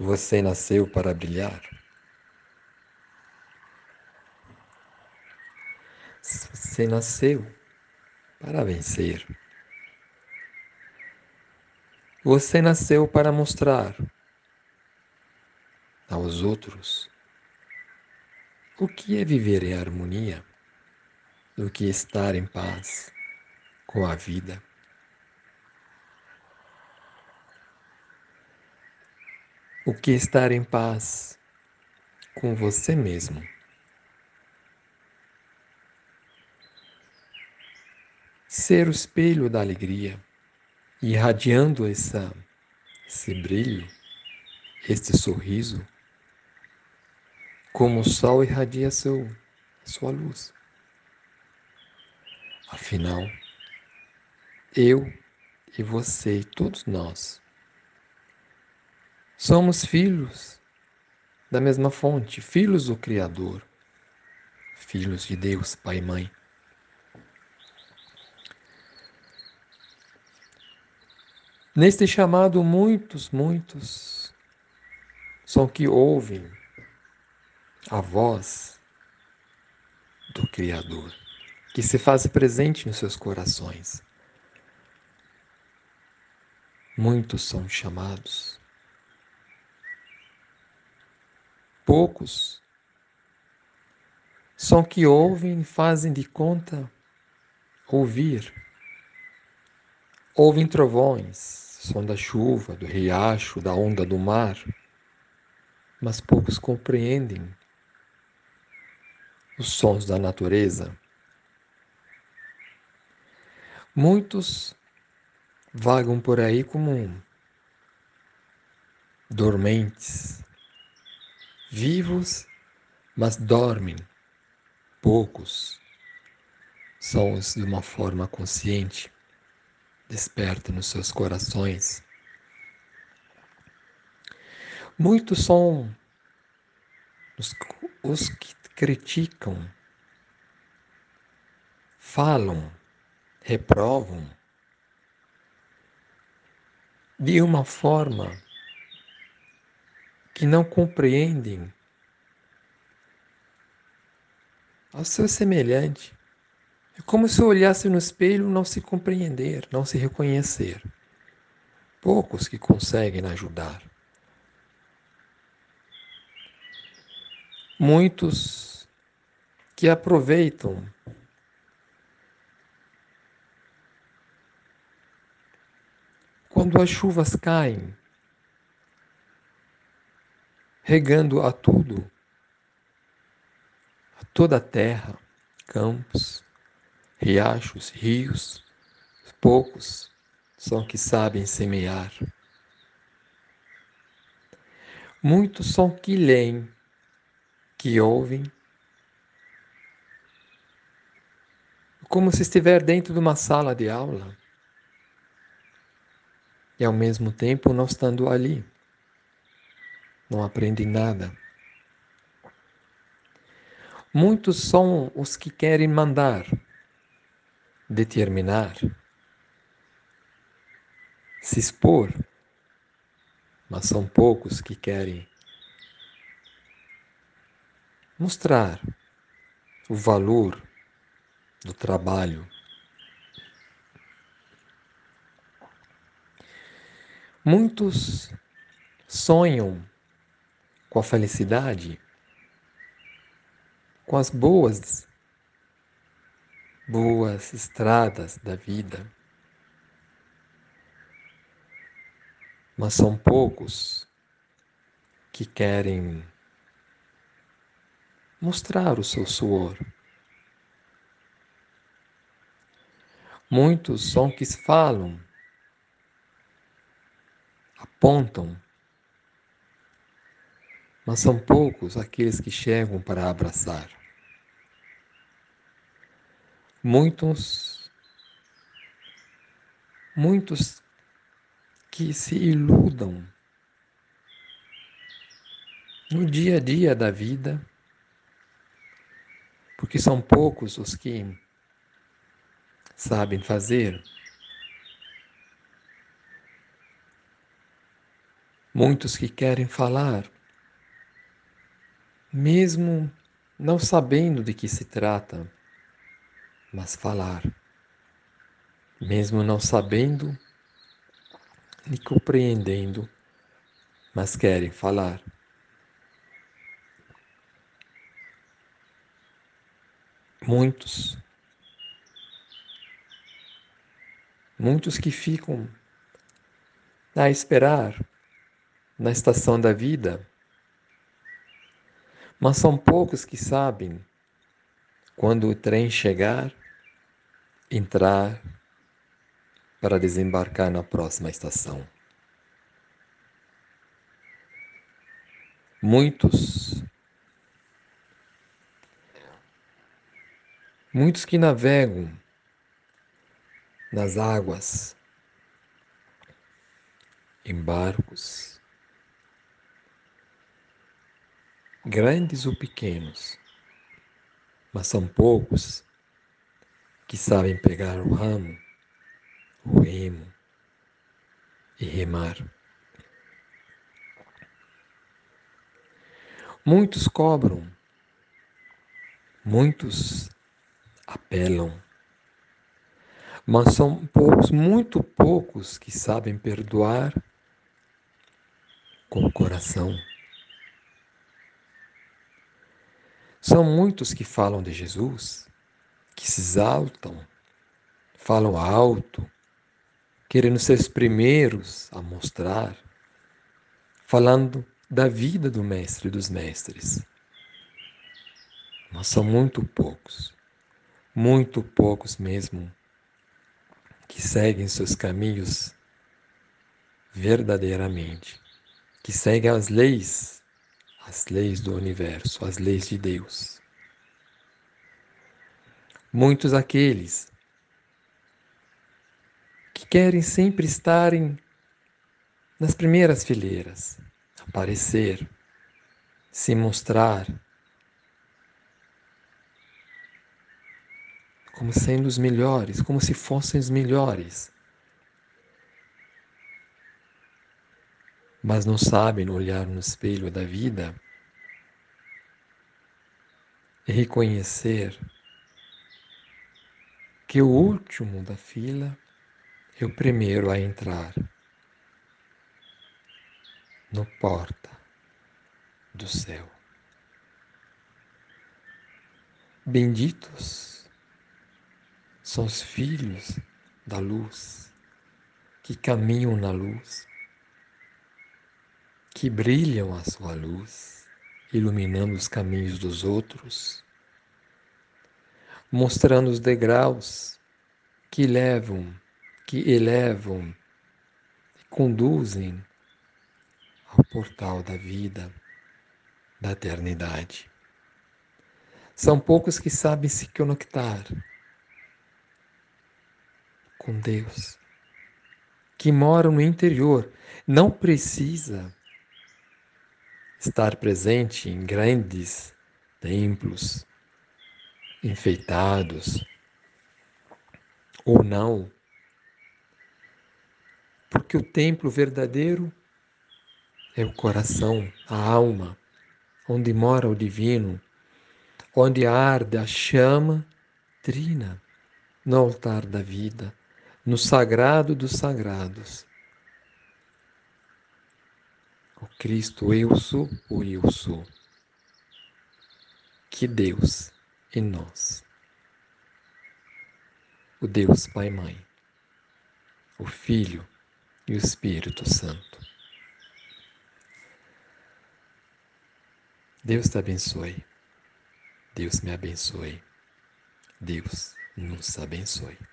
Você nasceu para brilhar? Você nasceu para vencer. Você nasceu para mostrar aos outros o que é viver em harmonia, o que é estar em paz com a vida. O que é estar em paz com você mesmo. Ser o espelho da alegria, irradiando esse brilho, este sorriso, como o sol irradia sua luz. Afinal, eu e você e todos nós somos filhos da mesma fonte, filhos do Criador, filhos de Deus, Pai e Mãe. Neste chamado, muitos são que ouvem a voz do Criador, que se faz presente nos seus corações. Muitos são chamados, poucos são que ouvem e fazem de conta ouvir. Ouvem trovões, som da chuva, do riacho, da onda do mar, mas poucos compreendem os sons da natureza. Muitos vagam por aí como dormentes, vivos, mas dormem. Poucos são os de uma forma consciente, desperta nos seus corações. Muitos são os, os que criticam, falam, reprovam de uma forma que não compreendem ao seu semelhante. É como se olhasse no espelho e não se compreender, não se reconhecer. Poucos que conseguem ajudar. Muitos que aproveitam quando as chuvas caem, regando a tudo, a toda a terra, campos, riachos, rios. Poucos são que sabem semear. Muitos são que leem, que ouvem, como se estiver dentro de uma sala de aula e ao mesmo tempo não estando ali. Não aprendem nada. Muitos são os que querem mandar, determinar, se expor, mas são poucos que querem mostrar o valor do trabalho. Muitos sonham com a felicidade, com as boas estradas da vida, mas são poucos que querem mostrar o seu suor. Muitos são que falam, apontam, mas são poucos aqueles que chegam para abraçar. Muitos que se iludam no dia a dia da vida, porque são poucos os que sabem fazer. Muitos que querem falar, mesmo não sabendo de que se trata, mas falar, mesmo não sabendo e compreendendo, mas querem falar. Muitos, muitos que ficam a esperar na estação da vida, mas são poucos que sabem quando o trem chegar, entrar para desembarcar na próxima estação. Muitos, muitos que navegam nas águas, em barcos, grandes ou pequenos, mas são poucos que sabem pegar o ramo, o remo e remar. Muitos cobram, muitos apelam, mas são poucos, muito poucos que sabem perdoar com o coração. São muitos que falam de Jesus, que se exaltam, falam alto, querendo ser os primeiros a mostrar, falando da vida do Mestre dos Mestres. Mas são muito poucos mesmo, que seguem seus caminhos verdadeiramente, que seguem as leis do universo, as leis de Deus. Muitos aqueles que querem sempre estarem nas primeiras fileiras, aparecer, se mostrar como sendo os melhores, como se fossem os melhores, mas não sabem olhar no espelho da vida e reconhecer que o último da fila é o primeiro a entrar no porta do céu. Benditos são os filhos da luz, que caminham na luz, que brilham a sua luz, iluminando os caminhos dos outros, mostrando os degraus que levam, que elevam e conduzem ao portal da vida, da eternidade. São poucos que sabem se conectar com Deus, que moram no interior. Não precisa estar presente em grandes templos enfeitados ou não, porque o templo verdadeiro é o coração, a alma, onde mora o divino, onde arde a chama trina no altar da vida, no sagrado dos sagrados. O Cristo eu sou, o eu sou. Que Deus em nós, o Deus Pai e Mãe, o Filho e o Espírito Santo. Deus te abençoe. Deus me abençoe. Deus nos abençoe.